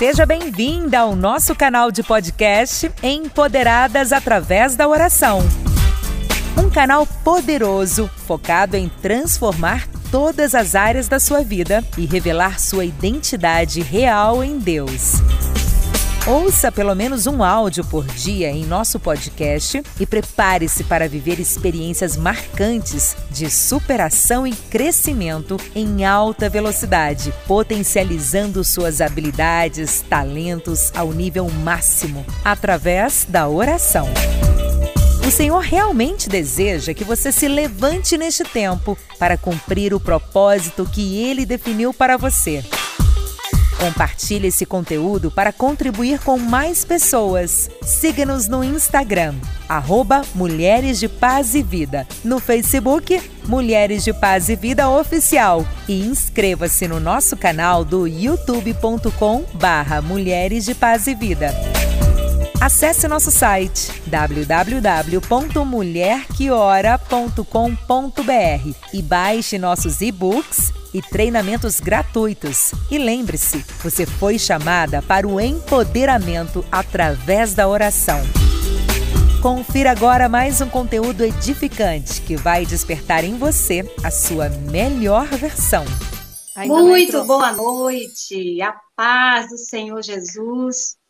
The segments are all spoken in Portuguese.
Seja bem-vinda ao nosso canal de podcast Empoderadas através da oração. Um canal poderoso, focado em transformar todas as áreas da sua vida e revelar sua identidade real em Deus. Ouça pelo menos um áudio por dia em nosso podcast e prepare-se para viver experiências marcantes de superação e crescimento em alta velocidade, potencializando suas habilidades, talentos ao nível máximo, através da oração. O Senhor realmente deseja que você se levante neste tempo para cumprir o propósito que Ele definiu para você. Compartilhe esse conteúdo para contribuir com mais pessoas. Siga-nos no Instagram, @Mulheres de Paz e Vida. No Facebook, Mulheres de Paz e Vida Oficial. E inscreva-se no nosso canal do youtube.com/Mulheres de Paz e Vida. Acesse nosso site www.mulherqueora.com.br e baixe nossos e-books e treinamentos gratuitos. E lembre-se, você foi chamada para o empoderamento através da oração. Confira agora mais um conteúdo edificante que vai despertar em você a sua melhor versão. Muito boa noite, a paz do Senhor Jesus,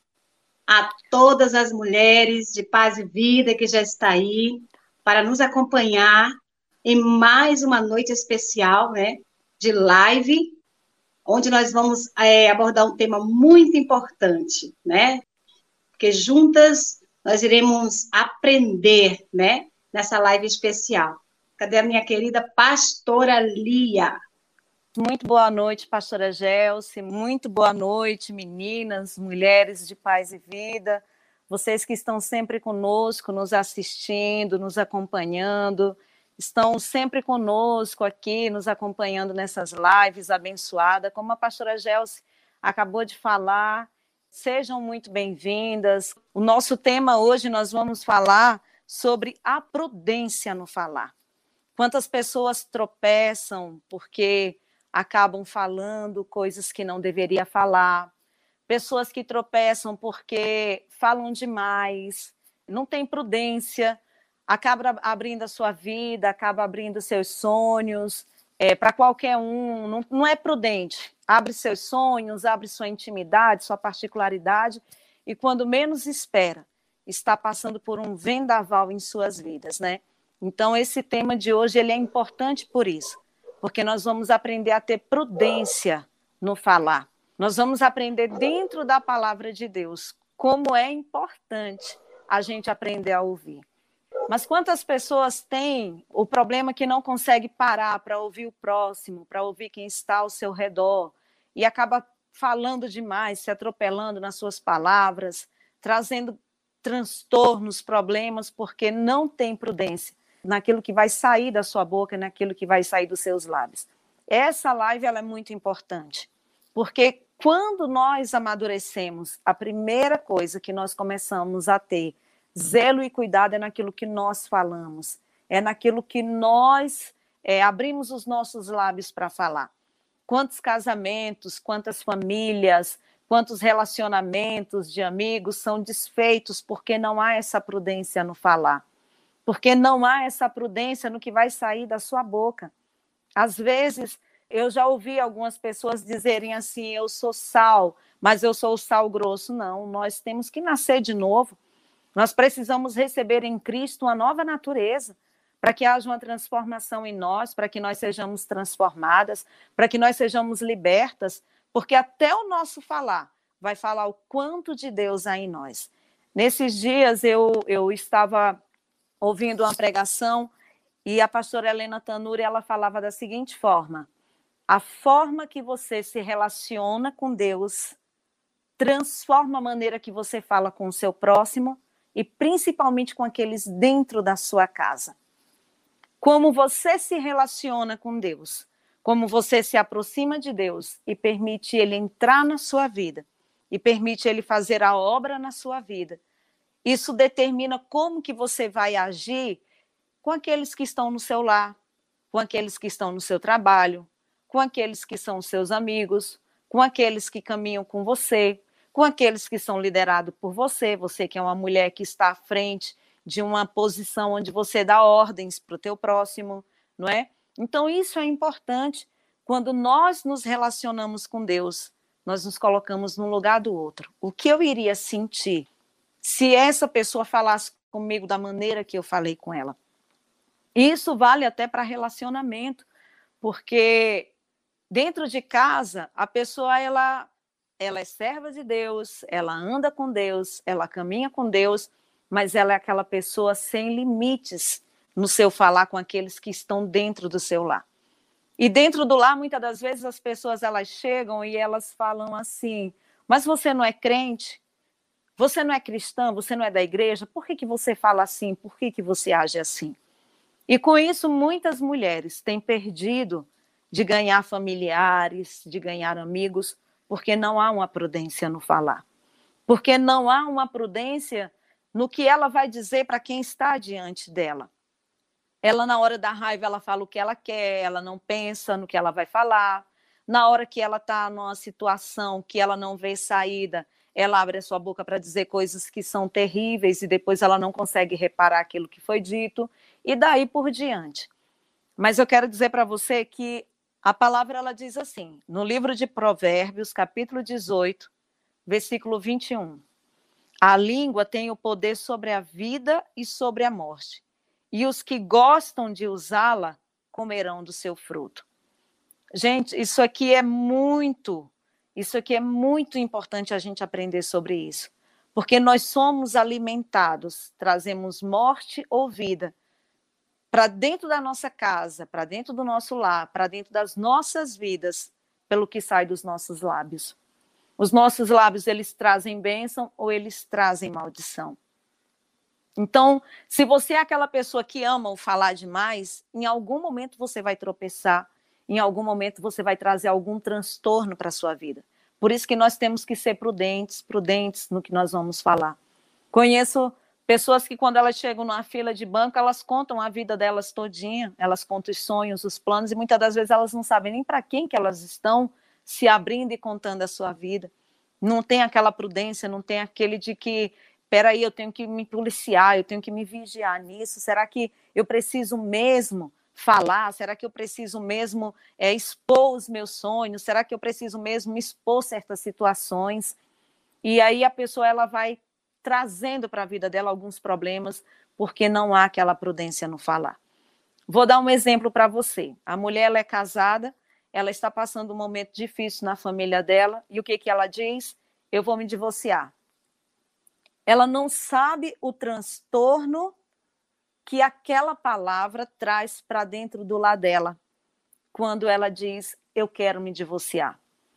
a todas as mulheres de paz e vida que já está aí para nos acompanhar em mais uma noite especial, né, de live, onde nós vamos abordar um tema muito importante, né, porque juntas nós iremos aprender, né, nessa live especial. Cadê a minha querida pastora Lia? Muito boa noite, pastora Gelsi. Muito boa noite, meninas, mulheres de paz e vida. Vocês que estão sempre conosco, nos assistindo, nos acompanhando, estão sempre conosco aqui, nos acompanhando nessas lives abençoadas. Como a pastora Gelsi acabou de falar, sejam muito bem-vindas. O nosso tema hoje, nós vamos falar sobre a prudência no falar. Quantas pessoas tropeçam porque acabam falando coisas que não deveria falar, pessoas que tropeçam porque falam demais, não tem prudência, acaba abrindo a sua vida, acaba abrindo seus sonhos, para qualquer um, não é prudente, abre seus sonhos, abre sua intimidade, sua particularidade, e quando menos espera, está passando por um vendaval em suas vidas, né? Então, esse tema de hoje ele é importante por isso, porque nós vamos aprender a ter prudência no falar. Nós vamos aprender dentro da palavra de Deus como é importante a gente aprender a ouvir. Mas quantas pessoas têm o problema que não consegue parar para ouvir o próximo, para ouvir quem está ao seu redor, e acaba falando demais, se atropelando nas suas palavras, trazendo transtornos, problemas, porque não tem prudência naquilo que vai sair da sua boca, naquilo que vai sair dos seus lábios. Essa live ela é muito importante, porque quando nós amadurecemos, a primeira coisa que nós começamos a ter zelo e cuidado é naquilo que nós falamos, é naquilo que nós abrimos os nossos lábios para falar. Quantos casamentos, quantas famílias, quantos relacionamentos de amigos são desfeitos porque não há essa prudência no falar. Porque não há essa prudência no que vai sair da sua boca. Às vezes, eu já ouvi algumas pessoas dizerem assim, eu sou sal, mas eu sou o sal grosso. Não, nós temos que nascer de novo. Nós precisamos receber em Cristo uma nova natureza, para que haja uma transformação em nós, para que nós sejamos transformadas, para que nós sejamos libertas, porque até o nosso falar vai falar o quanto de Deus há em nós. Nesses dias, eu estava ouvindo uma pregação, e a pastora Helena Tanuri, ela falava da seguinte forma: a forma que você se relaciona com Deus transforma a maneira que você fala com o seu próximo e principalmente com aqueles dentro da sua casa. Como você se relaciona com Deus, como você se aproxima de Deus e permite Ele entrar na sua vida e permite Ele fazer a obra na sua vida, isso determina como que você vai agir com aqueles que estão no seu lar, com aqueles que estão no seu trabalho, com aqueles que são seus amigos, com aqueles que caminham com você, com aqueles que são liderados por você, você que é uma mulher que está à frente de uma posição onde você dá ordens para o teu próximo, não é? Então, isso é importante. Quando nós nos relacionamos com Deus, nós nos colocamos no lugar do outro. O que eu iria sentir se essa pessoa falasse comigo da maneira que eu falei com ela? Isso vale até para relacionamento, porque dentro de casa, a pessoa ela é serva de Deus, ela anda com Deus, ela caminha com Deus, mas ela é aquela pessoa sem limites no seu falar com aqueles que estão dentro do seu lar. E dentro do lar, muitas das vezes, as pessoas elas chegam e elas falam assim, mas você não é crente? Você não é cristã? Você não é da igreja? Por que você fala assim? Por que você age assim? E com isso, muitas mulheres têm perdido de ganhar familiares, de ganhar amigos, porque não há uma prudência no falar. Porque não há uma prudência no que ela vai dizer para quem está diante dela. Ela, na hora da raiva, ela fala o que ela quer, ela não pensa no que ela vai falar. Na hora que ela está numa situação que ela não vê saída, ela abre a sua boca para dizer coisas que são terríveis e depois ela não consegue reparar aquilo que foi dito, e daí por diante. Mas eu quero dizer para você que a palavra ela diz assim, no livro de Provérbios, capítulo 18, versículo 21. A língua tem o poder sobre a vida e sobre a morte, e os que gostam de usá-la comerão do seu fruto. Gente, isso aqui é muito importante a gente aprender sobre isso, porque nós somos alimentados, trazemos morte ou vida para dentro da nossa casa, para dentro do nosso lar, para dentro das nossas vidas, pelo que sai dos nossos lábios. Os nossos lábios, eles trazem bênção ou eles trazem maldição. Então, se você é aquela pessoa que ama o falar demais, em algum momento você vai tropeçar, em algum momento você vai trazer algum transtorno para a sua vida. Por isso que nós temos que ser prudentes no que nós vamos falar. Conheço pessoas que quando elas chegam numa fila de banco, elas contam a vida delas todinha, elas contam os sonhos, os planos, e muitas das vezes elas não sabem nem para quem que elas estão se abrindo e contando a sua vida. Não tem aquela prudência, não tem aquele de que peraí, eu tenho que me policiar, eu tenho que me vigiar nisso. Será que eu preciso mesmo falar? Será que eu preciso mesmo expor os meus sonhos? Será que eu preciso mesmo expor certas situações? E aí a pessoa ela vai trazendo para a vida dela alguns problemas, porque não há aquela prudência no falar. Vou dar um exemplo para você. A mulher ela é casada, ela está passando um momento difícil na família dela, e o que ela diz? Eu vou me divorciar. Ela não sabe o transtorno que aquela palavra traz para dentro do lar dela, quando ela diz, eu quero me divorciar.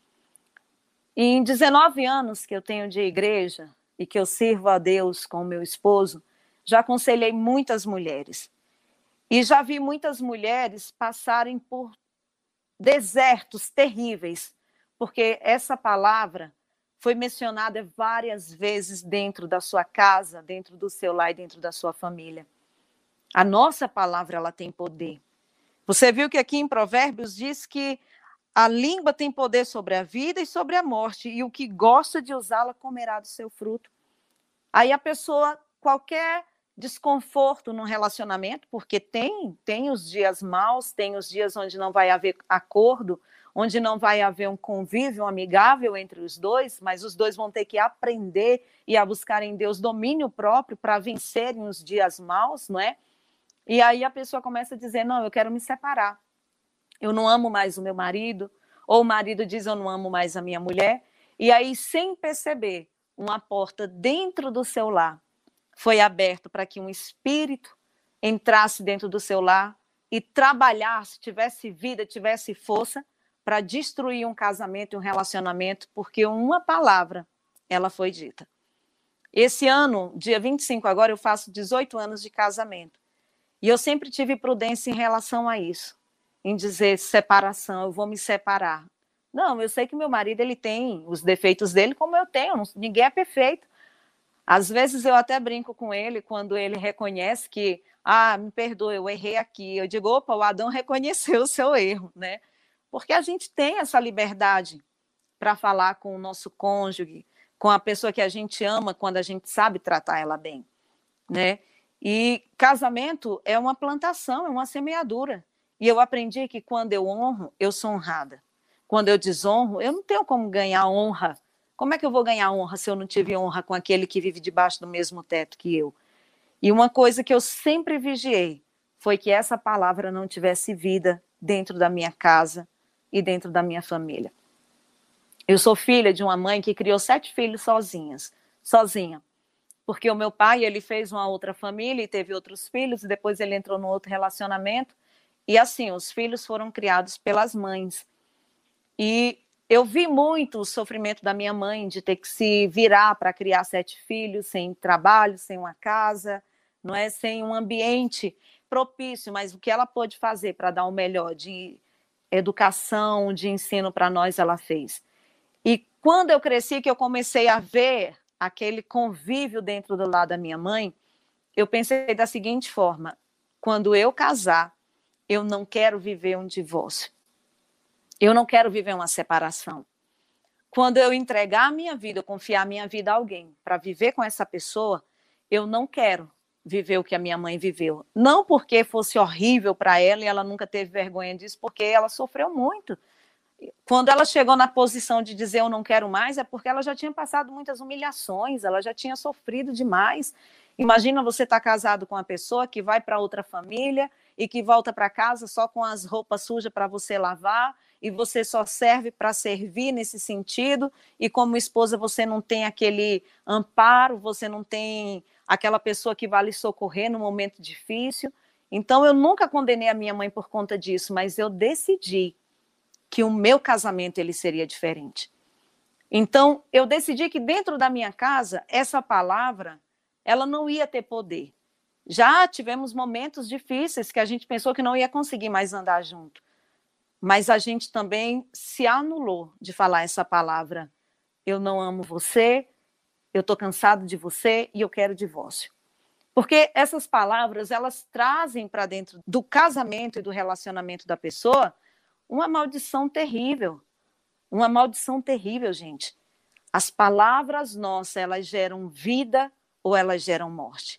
Em 19 anos que eu tenho de igreja e que eu sirvo a Deus com o meu esposo, já aconselhei muitas mulheres. E já vi muitas mulheres passarem por desertos terríveis, porque essa palavra foi mencionada várias vezes dentro da sua casa, dentro do seu lar e dentro da sua família. A nossa palavra ela tem poder. Você viu que aqui em Provérbios diz que a língua tem poder sobre a vida e sobre a morte, e o que gosta de usá-la comerá do seu fruto. Aí a pessoa, qualquer desconforto no relacionamento, porque tem os dias maus, tem os dias onde não vai haver acordo, onde não vai haver um convívio amigável entre os dois, mas os dois vão ter que aprender e a buscar em Deus domínio próprio para vencerem os dias maus, não é? E aí a pessoa começa a dizer, não, eu quero me separar. Eu não amo mais o meu marido, ou o marido diz, eu não amo mais a minha mulher. E aí, sem perceber, uma porta dentro do seu lar foi aberta para que um espírito entrasse dentro do seu lar e trabalhasse, tivesse vida, tivesse força, para destruir um casamento e um relacionamento, porque uma palavra, ela foi dita. Esse ano, dia 25 agora, eu faço 18 anos de casamento. E eu sempre tive prudência em relação a isso, em dizer separação, eu vou me separar. Não, eu sei que meu marido ele tem os defeitos dele como eu tenho, ninguém é perfeito. Às vezes eu até brinco com ele quando ele reconhece que, me perdoa, eu errei aqui. Eu digo, opa, o Adão reconheceu o seu erro, né? Porque a gente tem essa liberdade para falar com o nosso cônjuge, com a pessoa que a gente ama quando a gente sabe tratar ela bem, né? E casamento é uma plantação, é uma semeadura. E eu aprendi que quando eu honro, eu sou honrada. Quando eu desonro, eu não tenho como ganhar honra. Como é que eu vou ganhar honra se eu não tive honra com aquele que vive debaixo do mesmo teto que eu? E uma coisa que eu sempre vigiei foi que essa palavra não tivesse vida dentro da minha casa e dentro da minha família. Eu sou filha de uma mãe que criou 7 filhos sozinha. Porque o meu pai, ele fez uma outra família e teve outros filhos, e depois ele entrou num outro relacionamento. E assim, os filhos foram criados pelas mães. E eu vi muito o sofrimento da minha mãe de ter que se virar para criar 7 filhos, sem trabalho, sem uma casa, não é, sem um ambiente propício, mas o que ela pôde fazer para dar o melhor de educação, de ensino para nós, ela fez. E quando eu cresci, que eu comecei a ver aquele convívio dentro do lar da minha mãe, eu pensei da seguinte forma: quando eu casar, eu não quero viver um divórcio. Eu não quero viver uma separação. Quando eu entregar a minha vida, eu confiar a minha vida a alguém para viver com essa pessoa, eu não quero viver o que a minha mãe viveu. Não porque fosse horrível para ela e ela nunca teve vergonha disso, porque ela sofreu muito. Quando ela chegou na posição de dizer eu não quero mais, é porque ela já tinha passado muitas humilhações, ela já tinha sofrido demais. Imagina você estar casado com uma pessoa que vai para outra família e que volta para casa só com as roupas sujas para você lavar, e você só serve para servir nesse sentido, e como esposa você não tem aquele amparo, você não tem aquela pessoa que vai lhe socorrer no momento difícil. Então eu nunca condenei a minha mãe por conta disso, mas eu decidi que o meu casamento ele seria diferente. Então, eu decidi que dentro da minha casa, essa palavra, ela não ia ter poder. Já tivemos momentos difíceis que a gente pensou que não ia conseguir mais andar junto. Mas a gente também se anulou de falar essa palavra. Eu não amo você, eu estou cansado de você e eu quero divórcio. Porque essas palavras, elas trazem para dentro do casamento e do relacionamento da pessoa uma maldição terrível. Uma maldição terrível, gente. As palavras nossas, elas geram vida ou elas geram morte.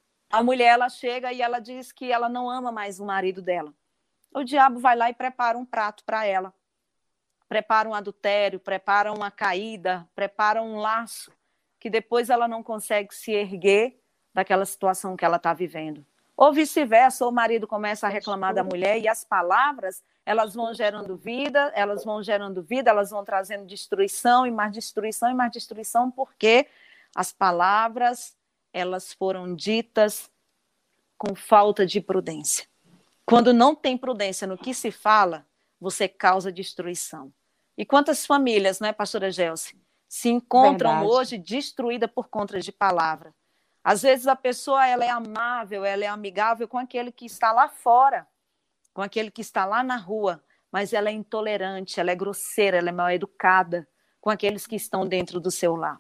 A mulher, ela chega e ela diz que ela não ama mais o marido dela. O diabo vai lá e prepara um prato para ela. Prepara um adultério, prepara uma caída, prepara um laço, que depois ela não consegue se erguer daquela situação que ela está vivendo. Ou vice-versa, o marido começa a reclamar da mulher e as palavras, elas vão gerando vida, elas vão trazendo destruição e mais destruição e mais destruição, porque as palavras, elas foram ditas com falta de prudência. Quando não tem prudência no que se fala, você causa destruição. E quantas famílias, né, pastora Gelsi, se encontram hoje destruídas por conta de palavra? Às vezes a pessoa ela é amável, ela é amigável com aquele que está lá fora, com aquele que está lá na rua, mas ela é intolerante, ela é grosseira, ela é mal educada com aqueles que estão dentro do seu lar.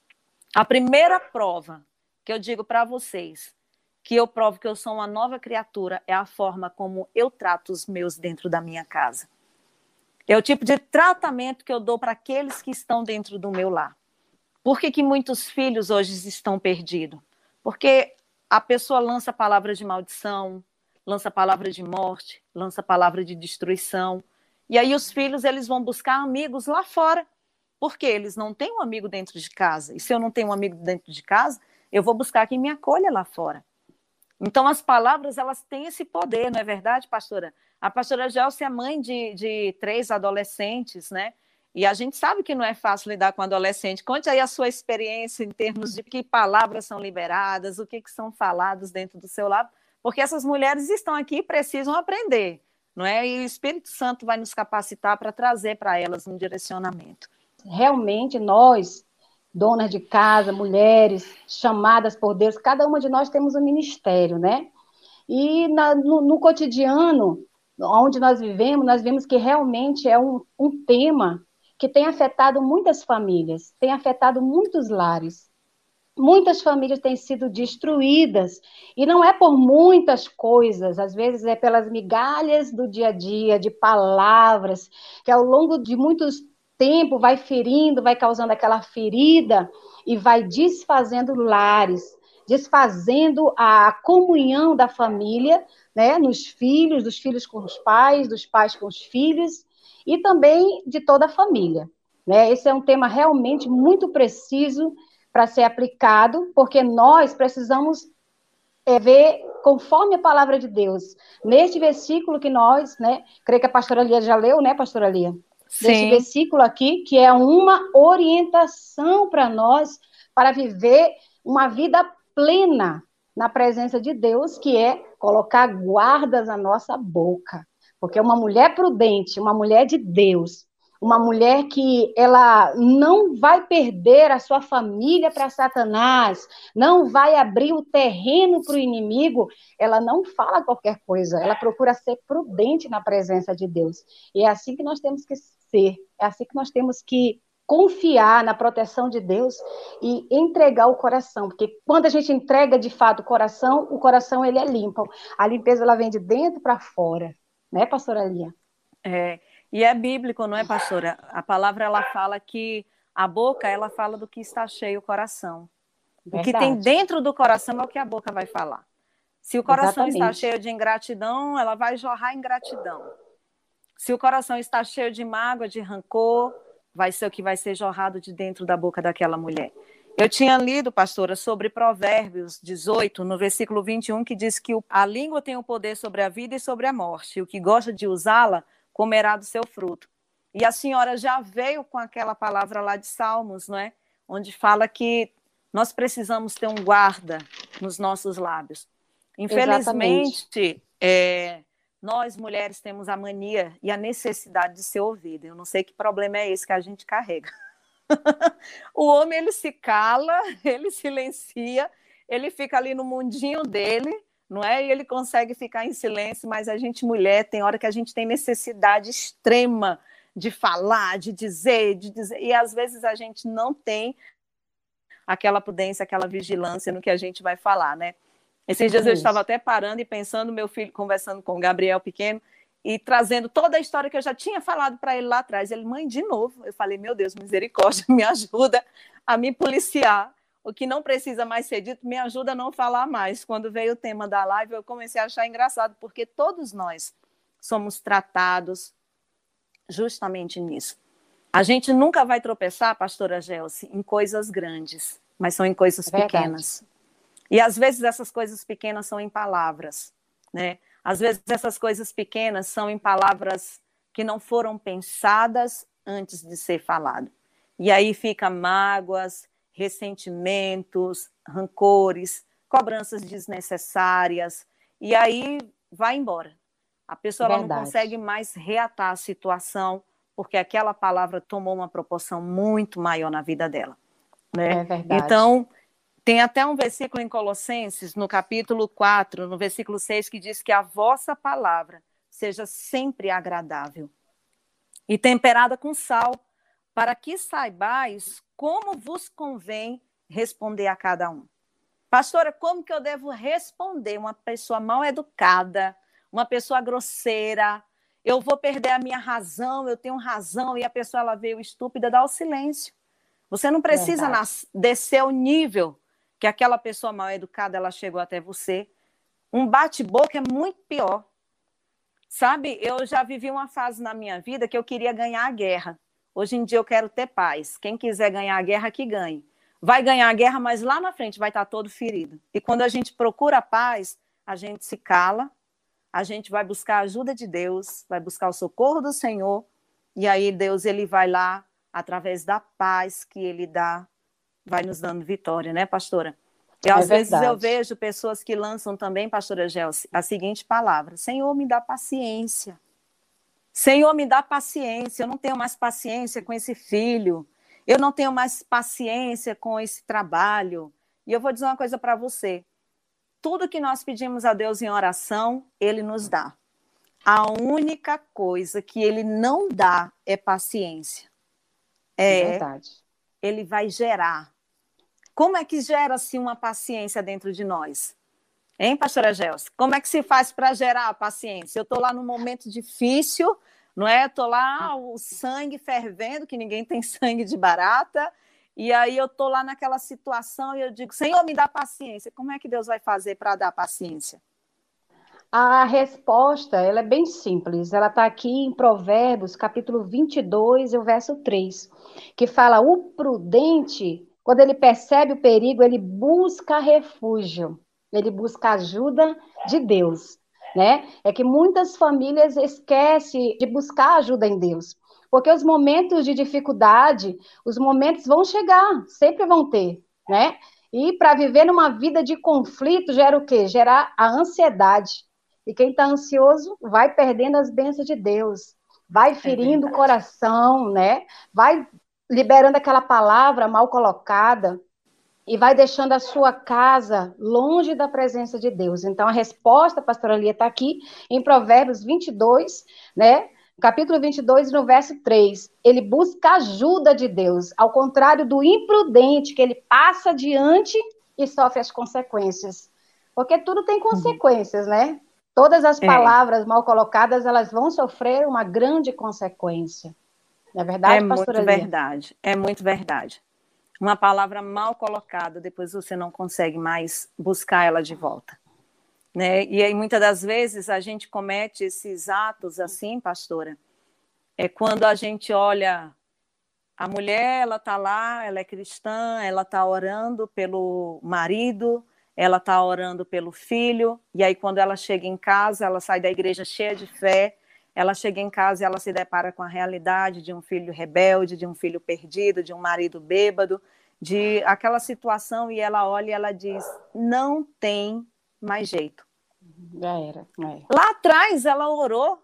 A primeira prova que eu digo para vocês, que eu provo que eu sou uma nova criatura, é a forma como eu trato os meus dentro da minha casa. É o tipo de tratamento que eu dou para aqueles que estão dentro do meu lar. Por que muitos filhos hoje estão perdidos? Porque a pessoa lança palavras de maldição, lança palavra de morte, lança palavra de destruição. E aí os filhos eles vão buscar amigos lá fora, porque eles não têm um amigo dentro de casa. E se eu não tenho um amigo dentro de casa, eu vou buscar quem me acolha lá fora. Então as palavras elas têm esse poder, não é verdade, pastora? A pastora Gelsi é mãe de 3 adolescentes, né? E a gente sabe que não é fácil lidar com adolescente. Conte aí a sua experiência em termos de que palavras são liberadas, o que são falados dentro do seu lar, porque essas mulheres estão aqui e precisam aprender, não é? E o Espírito Santo vai nos capacitar para trazer para elas um direcionamento. Realmente, nós, donas de casa, mulheres chamadas por Deus, cada uma de nós temos um ministério, né? E no cotidiano, onde nós vemos que realmente é um tema que tem afetado muitas famílias, tem afetado muitos lares. Muitas famílias têm sido destruídas, e não é por muitas coisas, às vezes é pelas migalhas do dia a dia, de palavras, que ao longo de muitos tempo vai ferindo, vai causando aquela ferida e vai desfazendo lares, desfazendo a comunhão da família, né, nos filhos, dos filhos com os pais, dos pais com os filhos, e também de toda a família. Né? Esse é um tema realmente muito preciso para ser aplicado, porque nós precisamos ver conforme a palavra de Deus. Neste versículo que nós, né, creio que a pastora Lia já leu, né, pastora Lia? Sim. Deste versículo aqui, que é uma orientação para nós, para viver uma vida plena na presença de Deus, que é colocar guardas na nossa boca. Porque uma mulher prudente, uma mulher de Deus, uma mulher que ela não vai perder a sua família para Satanás, não vai abrir o terreno para o inimigo, ela não fala qualquer coisa, ela procura ser prudente na presença de Deus. E é assim que nós temos que ser, é assim que nós temos que confiar na proteção de Deus e entregar o coração, porque quando a gente entrega de fato o coração ele é limpo. A limpeza ela vem de dentro para fora, né, pastora Lia? E é bíblico, não é, pastora? A palavra ela fala que a boca ela fala do que está cheio o coração. Verdade. O que tem dentro do coração é o que a boca vai falar. Se o coração está cheio de ingratidão, ela vai jorrar ingratidão. Se o coração está cheio de mágoa, de rancor, vai ser o que vai ser jorrado de dentro da boca daquela mulher. Eu tinha lido, pastora, sobre Provérbios 18, no versículo 21, que diz que a língua tem o poder sobre a vida e sobre a morte, e o que gosta de usá-la comerá do seu fruto. E a senhora já veio com aquela palavra lá de Salmos, não é? Onde fala que nós precisamos ter um guarda nos nossos lábios. Infelizmente, nós mulheres temos a mania e a necessidade de ser ouvida. Eu não sei que problema é esse que a gente carrega. O homem, ele se cala, ele silencia, ele fica ali no mundinho dele, não é? E ele consegue ficar em silêncio, mas a gente, mulher, tem hora que a gente tem necessidade extrema de falar, de dizer, e às vezes a gente não tem aquela prudência, aquela vigilância no que a gente vai falar, né? Esses dias eu estava até parando e pensando, meu filho conversando com o Gabriel pequeno, e trazendo toda a história que eu já tinha falado para ele lá atrás. Ele, mãe, de novo. Eu falei, meu Deus, misericórdia, me ajuda a me policiar. O que não precisa mais ser dito, me ajuda a não falar mais. Quando veio o tema da live, eu comecei a achar engraçado, porque todos nós somos tratados justamente nisso. A gente nunca vai tropeçar, pastora Gelsi, em coisas grandes, mas são em coisas pequenas. E às vezes essas coisas pequenas são em palavras, né? Às vezes essas coisas pequenas são em palavras que não foram pensadas antes de ser falado. E aí fica mágoas, ressentimentos, rancores, cobranças desnecessárias, e aí vai embora. A pessoa ela não consegue mais reatar a situação, porque aquela palavra tomou uma proporção muito maior na vida dela. Né? É verdade. Então, tem até um versículo em Colossenses, no capítulo 4, no versículo 6, que diz que a vossa palavra seja sempre agradável e temperada com sal, para que saibais como vos convém responder a cada um. Pastora, como que eu devo responder uma pessoa mal educada, uma pessoa grosseira? Eu vou perder a minha razão, eu tenho razão, e a pessoa ela veio estúpida, dá o silêncio. Você não precisa descer o nível que aquela pessoa mal educada ela chegou até você. Um bate-boca é muito pior. Sabe, eu já vivi uma fase na minha vida que eu queria ganhar a guerra. Hoje em dia eu quero ter paz. Quem quiser ganhar a guerra, que ganhe. Vai ganhar a guerra, mas lá na frente vai estar todo ferido. E quando a gente procura a paz, a gente se cala, a gente vai buscar a ajuda de Deus, vai buscar o socorro do Senhor, e aí Deus ele vai lá, através da paz que ele dá, vai nos dando vitória, né, pastora? E às vezes eu vejo pessoas que lançam também, pastora Gelsi, a seguinte palavra: Senhor, me dá paciência. Senhor, me dá paciência. Eu não tenho mais paciência com esse filho. Eu não tenho mais paciência com esse trabalho. E eu vou dizer uma coisa para você. Tudo que nós pedimos a Deus em oração, Ele nos dá. A única coisa que Ele não dá é paciência. É verdade. Ele vai gerar. Como é que gera-se uma paciência dentro de nós? Hein, pastora Gelsi? Como é que se faz para gerar a paciência? Eu estou lá num momento difícil, não é? Tô lá, o sangue fervendo, que ninguém tem sangue de barata, e aí eu tô lá naquela situação e eu digo, Senhor, me dá paciência. Como é que Deus vai fazer para dar paciência? A resposta, ela é bem simples. Ela está aqui em Provérbios, capítulo 22, e o verso 3, que fala, o prudente, quando ele percebe o perigo, ele busca refúgio, ele busca ajuda de Deus, né? É que muitas famílias esquecem de buscar ajuda em Deus, porque os momentos de dificuldade, os momentos vão chegar, sempre vão ter, né? E para viver numa vida de conflito, gera o quê? Gera a ansiedade. E quem está ansioso vai perdendo as bênçãos de Deus, vai ferindo o coração, né? Vai liberando aquela palavra mal colocada e vai deixando a sua casa longe da presença de Deus. Então, a resposta, pastora Lia, está aqui em Provérbios 22, né? Capítulo 22, no verso 3. Ele busca ajuda de Deus, ao contrário do imprudente, que ele passa adiante e sofre as consequências. Porque tudo tem consequências, né? Todas as palavras mal colocadas, elas vão sofrer uma grande consequência. Não é verdade, pastora Lia? É muito verdade, é muito verdade. Uma palavra mal colocada, depois você não consegue mais buscar ela de volta, né? E aí, muitas das vezes, a gente comete esses atos assim, pastora, é quando a gente olha, a mulher, ela está lá, ela é cristã, ela está orando pelo marido, ela está orando pelo filho, e aí quando ela chega em casa, ela sai da igreja cheia de fé, ela chega em casa e ela se depara com a realidade de um filho rebelde, de um filho perdido, de um marido bêbado, de aquela situação, e ela olha e ela diz, não tem mais jeito. Já era. Lá atrás ela orou,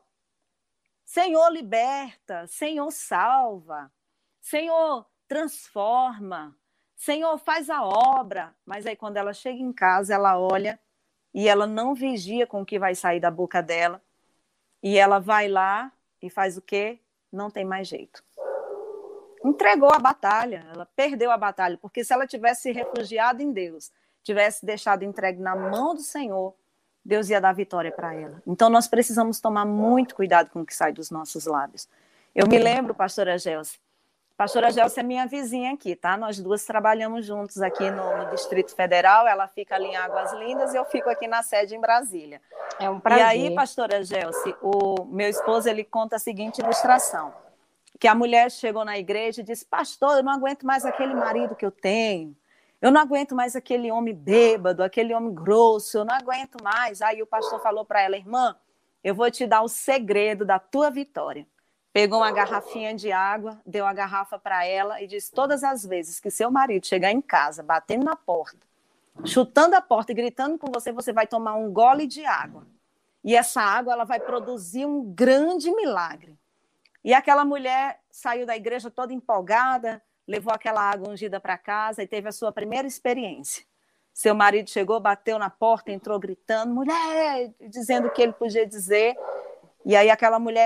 Senhor liberta, Senhor salva, Senhor transforma, Senhor, faz a obra. Mas aí, quando ela chega em casa, ela olha e ela não vigia com o que vai sair da boca dela. E ela vai lá e faz o quê? Não tem mais jeito. Entregou a batalha, ela perdeu a batalha, porque se ela tivesse refugiado em Deus, tivesse deixado entregue na mão do Senhor, Deus ia dar vitória para ela. Então, nós precisamos tomar muito cuidado com o que sai dos nossos lábios. Eu me lembro, pastora Gelsi, pastora Gelsi é minha vizinha aqui, tá? Nós duas trabalhamos juntos aqui no Distrito Federal, ela fica ali em Águas Lindas e eu fico aqui na sede em Brasília. É um prazer. E aí, pastora Gelsi, o meu esposo, ele conta a seguinte ilustração, que a mulher chegou na igreja e disse, pastor, eu não aguento mais aquele marido que eu tenho, eu não aguento mais aquele homem bêbado, aquele homem grosso, eu não aguento mais. Aí o pastor falou para ela, irmã, eu vou te dar o segredo da tua vitória. Pegou uma garrafinha de água, deu a garrafa para ela e disse, todas as vezes que seu marido chegar em casa, batendo na porta, chutando a porta e gritando com você, você vai tomar um gole de água. E essa água ela vai produzir um grande milagre. E aquela mulher saiu da igreja toda empolgada, levou aquela água ungida para casa e teve a sua primeira experiência. Seu marido chegou, bateu na porta, entrou gritando, mulher, dizendo o que ele podia dizer. E aí aquela mulher,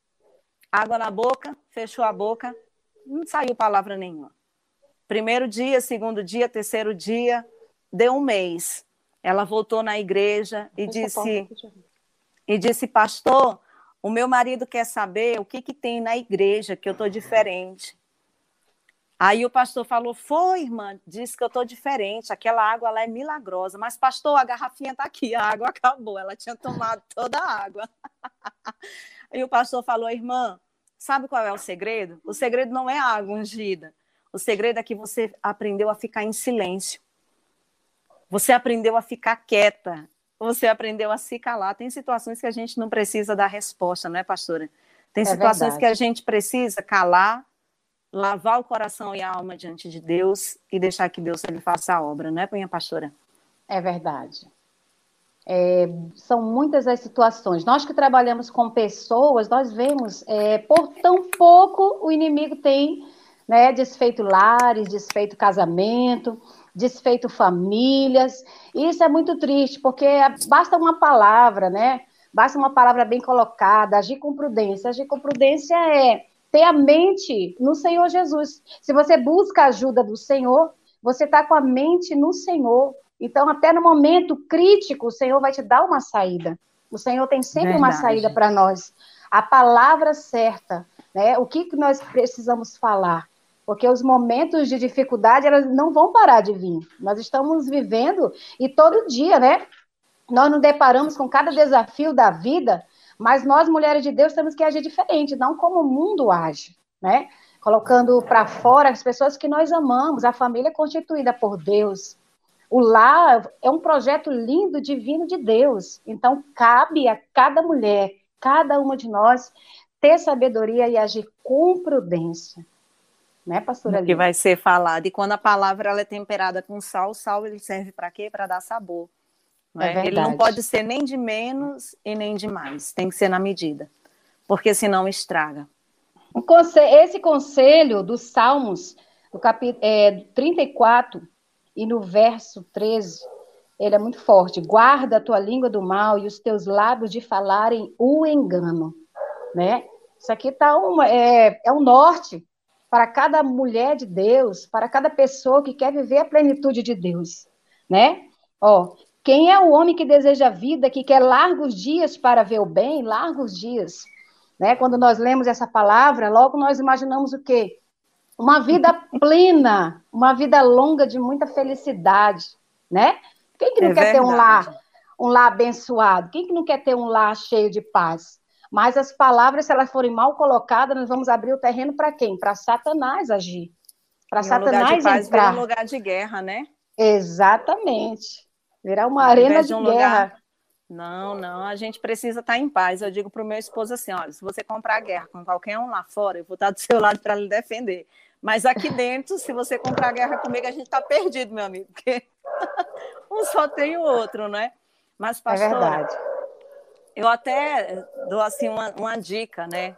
água na boca, fechou a boca, não saiu palavra nenhuma. Primeiro dia, segundo dia, terceiro dia, deu um mês. Ela voltou na igreja e disse, pastor, o meu marido quer saber o que tem na igreja, que eu estou diferente. Aí o pastor falou, foi, irmã, disse que eu estou diferente, aquela água lá é milagrosa. Mas, pastor, a garrafinha está aqui, a água acabou, ela tinha tomado toda a água. Aí o pastor falou, irmã, sabe qual é o segredo? O segredo não é a água ungida. O segredo é que você aprendeu a ficar em silêncio. Você aprendeu a ficar quieta. Você aprendeu a se calar. Tem situações que a gente não precisa dar resposta, não é, pastora? Tem situações que a gente precisa calar, lavar o coração e a alma diante de Deus e deixar que Deus ele faça a obra, não é, minha pastora? É verdade. São muitas as situações. Nós que trabalhamos com pessoas, nós vemos, por tão pouco o inimigo tem, né, desfeito lares, desfeito casamento, desfeito famílias. E isso é muito triste, porque basta uma palavra, né? Basta uma palavra bem colocada, agir com prudência. Agir com prudência é ter a mente no Senhor Jesus. Se você busca a ajuda do Senhor, você está com a mente no Senhor. Então, até no momento crítico, o Senhor vai te dar uma saída. O Senhor tem sempre uma saída para nós. a palavra certa, né? O que nós precisamos falar? Porque os momentos de dificuldade, elas não vão parar de vir. Nós estamos vivendo, e todo dia, né? Nós nos deparamos com cada desafio da vida, mas nós, mulheres de Deus, temos que agir diferente, não como o mundo age, né? Colocando para fora as pessoas que nós amamos, a família constituída por Deus. O lar é um projeto lindo, divino de Deus. Então, cabe a cada mulher, cada uma de nós, ter sabedoria e agir com prudência. Né, pastora Lívia? Que vai ser falado. E quando a palavra ela é temperada com sal, o sal ele serve para quê? Para dar sabor. Né? Ele não pode ser nem de menos e nem de mais. Tem que ser na medida. Porque senão estraga. Esse conselho dos Salmos, no capítulo 34 e no verso 13, ele é muito forte. Guarda a tua língua do mal e os teus lábios de falarem o engano. Né? Isso aqui é um norte para cada mulher de Deus, para cada pessoa que quer viver a plenitude de Deus. Né? Quem é o homem que deseja a vida, que quer largos dias para ver o bem? Largos dias. Né? Quando nós lemos essa palavra, logo nós imaginamos o quê? Uma vida plena, uma vida longa de muita felicidade, né? Quem que não quer ter um lar abençoado? Quem que não quer ter um lar cheio de paz? Mas as palavras, se elas forem mal colocadas, nós vamos abrir o terreno para quem? Para Satanás agir. Para Satanás lugar de paz entrar. Vira um lugar de guerra, né? Exatamente. Virar uma arena de guerra. Não, a gente precisa estar em paz. Eu digo para o meu esposo assim, olha, se você comprar guerra com qualquer um lá fora, eu vou estar do seu lado para lhe defender. Mas aqui dentro, se você comprar guerra comigo, a gente está perdido, meu amigo, porque um só tem o outro, né? Mas, pastora, é verdade. Eu até dou assim uma dica, né?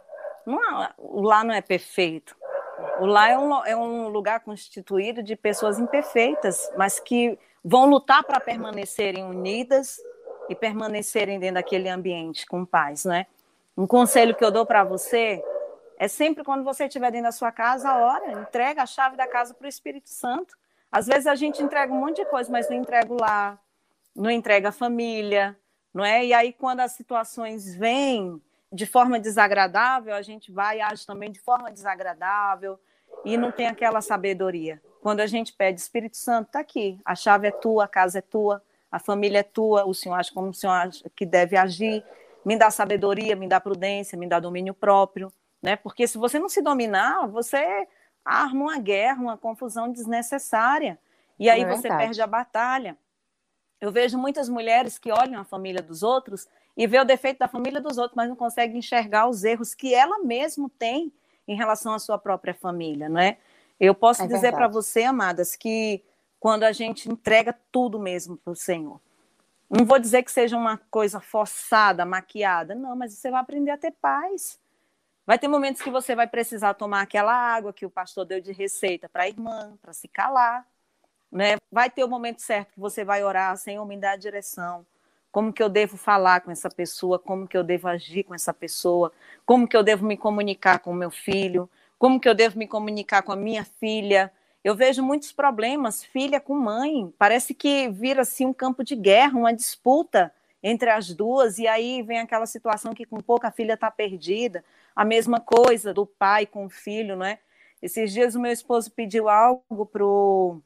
O lar não é perfeito. O lar é um lugar constituído de pessoas imperfeitas, mas que vão lutar para permanecerem unidas e permanecerem dentro daquele ambiente com paz, né? Um conselho que eu dou para você é sempre quando você estiver dentro da sua casa, entrega a chave da casa para o Espírito Santo. Às vezes a gente entrega um monte de coisa, mas não entrega o lar, não entrega a família, não é? E aí quando as situações vêm de forma desagradável, a gente vai e age também de forma desagradável e não tem aquela sabedoria. Quando a gente pede, Espírito Santo, está aqui, a chave é tua, a casa é tua, a família é tua, o Senhor age como o Senhor acha que deve agir, me dá sabedoria, me dá prudência, me dá domínio próprio, né? Porque se você não se dominar, você arma uma guerra, uma confusão desnecessária, e aí você perde a batalha. Eu vejo muitas mulheres que olham a família dos outros e vê o defeito da família dos outros, mas não conseguem enxergar os erros que ela mesma tem em relação à sua própria família, não é? Eu posso dizer para você, amadas, que quando a gente entrega tudo mesmo para o Senhor, não vou dizer que seja uma coisa forçada, maquiada, não, mas você vai aprender a ter paz. Vai ter momentos que você vai precisar tomar aquela água que o pastor deu de receita para a irmã, para se calar, né? Vai ter o momento certo que você vai orar, Senhor, me dá a direção. Como que eu devo falar com essa pessoa? Como que eu devo agir com essa pessoa? Como que eu devo me comunicar com o meu filho? Como que eu devo me comunicar com a minha filha? Eu vejo muitos problemas, filha com mãe. Parece que vira assim um campo de guerra, uma disputa entre as duas, e aí vem aquela situação que com pouco a filha está perdida. A mesma coisa do pai com o filho, não é? Esses dias o meu esposo pediu algo para o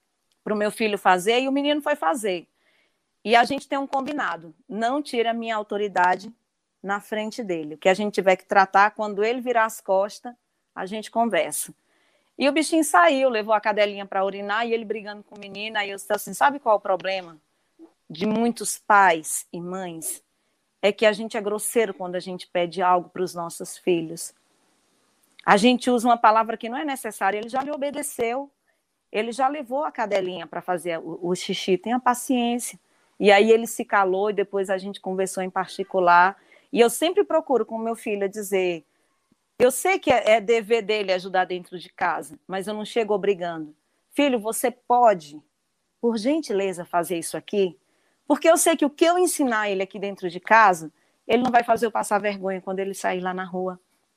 meu filho fazer e o menino foi fazer. E a gente tem um combinado, não tira a minha autoridade na frente dele. O que a gente tiver que tratar, quando ele virar as costas, a gente conversa. E o bichinho saiu, levou a cadelinha para urinar e ele brigando com o menino. Aí eu disse assim, sabe qual é o problema de muitos pais e mães? É que a gente é grosseiro quando a gente pede algo para os nossos filhos. A gente usa uma palavra que não é necessária, ele já lhe obedeceu. Ele já levou a cadelinha para fazer o xixi, tenha paciência. E aí ele se calou e depois a gente conversou em particular. E eu sempre procuro com o meu filho dizer, eu sei que é dever dele ajudar dentro de casa, mas eu não chego obrigando. Filho, você pode, por gentileza, fazer isso aqui? Porque eu sei que o que eu ensinar ele aqui dentro de casa, ele não vai fazer eu passar vergonha quando ele sair lá na rua.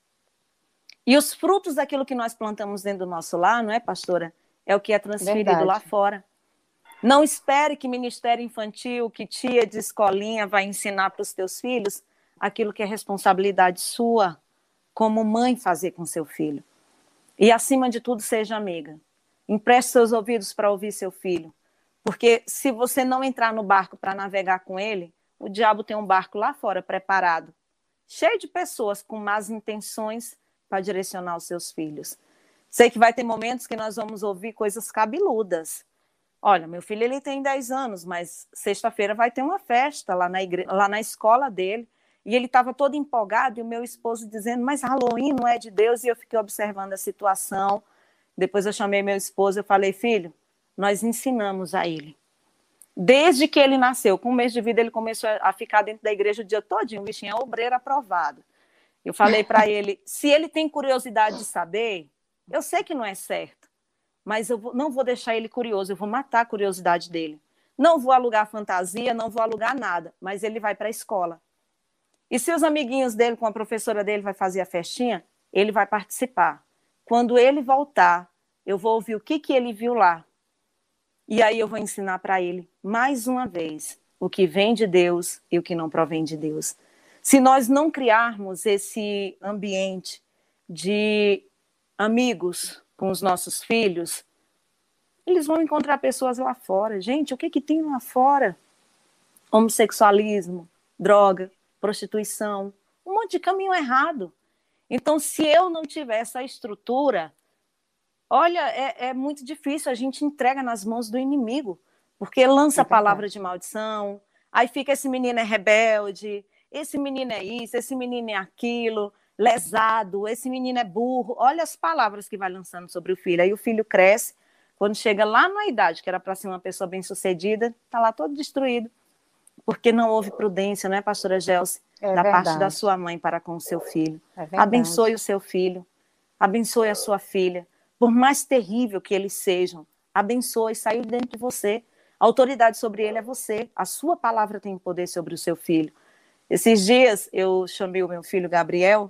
E os frutos daquilo que nós plantamos dentro do nosso lar, não é, pastora? É o que é transferido lá fora. Não espere que ministério infantil, que tia de escolinha vai ensinar para os teus filhos aquilo que é responsabilidade sua, como mãe, fazer com seu filho. E, acima de tudo, seja amiga. Empreste seus ouvidos para ouvir seu filho. Porque se você não entrar no barco para navegar com ele, o diabo tem um barco lá fora preparado, cheio de pessoas com más intenções para direcionar os seus filhos. Sei que vai ter momentos que nós vamos ouvir coisas cabeludas. Olha, meu filho ele tem 10 anos, mas sexta-feira vai ter uma festa lá na escola dele. E ele estava todo empolgado e o meu esposo dizendo, mas Halloween não é de Deus? E eu fiquei observando a situação. Depois eu chamei meu esposo e falei, filho, nós ensinamos a ele. Desde que ele nasceu, com 1 mês de vida, ele começou a ficar dentro da igreja o dia todinho. O bichinho é obreiro aprovado. Eu falei para ele, se ele tem curiosidade de saber, eu sei que não é certo, mas eu não vou deixar ele curioso, eu vou matar a curiosidade dele. Não vou alugar fantasia, não vou alugar nada, mas ele vai para a escola. E se os amiguinhos dele, com a professora dele, vai fazer a festinha, ele vai participar. Quando ele voltar, eu vou ouvir o que ele viu lá. E aí eu vou ensinar para ele, mais uma vez, o que vem de Deus e o que não provém de Deus. Se nós não criarmos esse ambiente de amigos com os nossos filhos, eles vão encontrar pessoas lá fora. Gente, o que tem lá fora? Homossexualismo, droga, prostituição, um monte de caminho errado. Então, se eu não tiver essa estrutura, olha, é muito difícil, a gente entrega nas mãos do inimigo, porque lança a palavra de maldição, aí fica esse menino é rebelde, esse menino é isso, esse menino é aquilo, lesado, esse menino é burro. Olha as palavras que vai lançando sobre o filho. Aí o filho cresce, quando chega lá na idade, que era para ser uma pessoa bem-sucedida, está lá todo destruído, porque não houve prudência, não é, pastora Gelsi? Da parte da sua mãe para com o seu filho. Abençoe o seu filho, abençoe a sua filha, por mais terrível que eles sejam, abençoe, saiu dentro de você. A autoridade sobre ele é você, a sua palavra tem poder sobre o seu filho. Esses dias eu chamei o meu filho Gabriel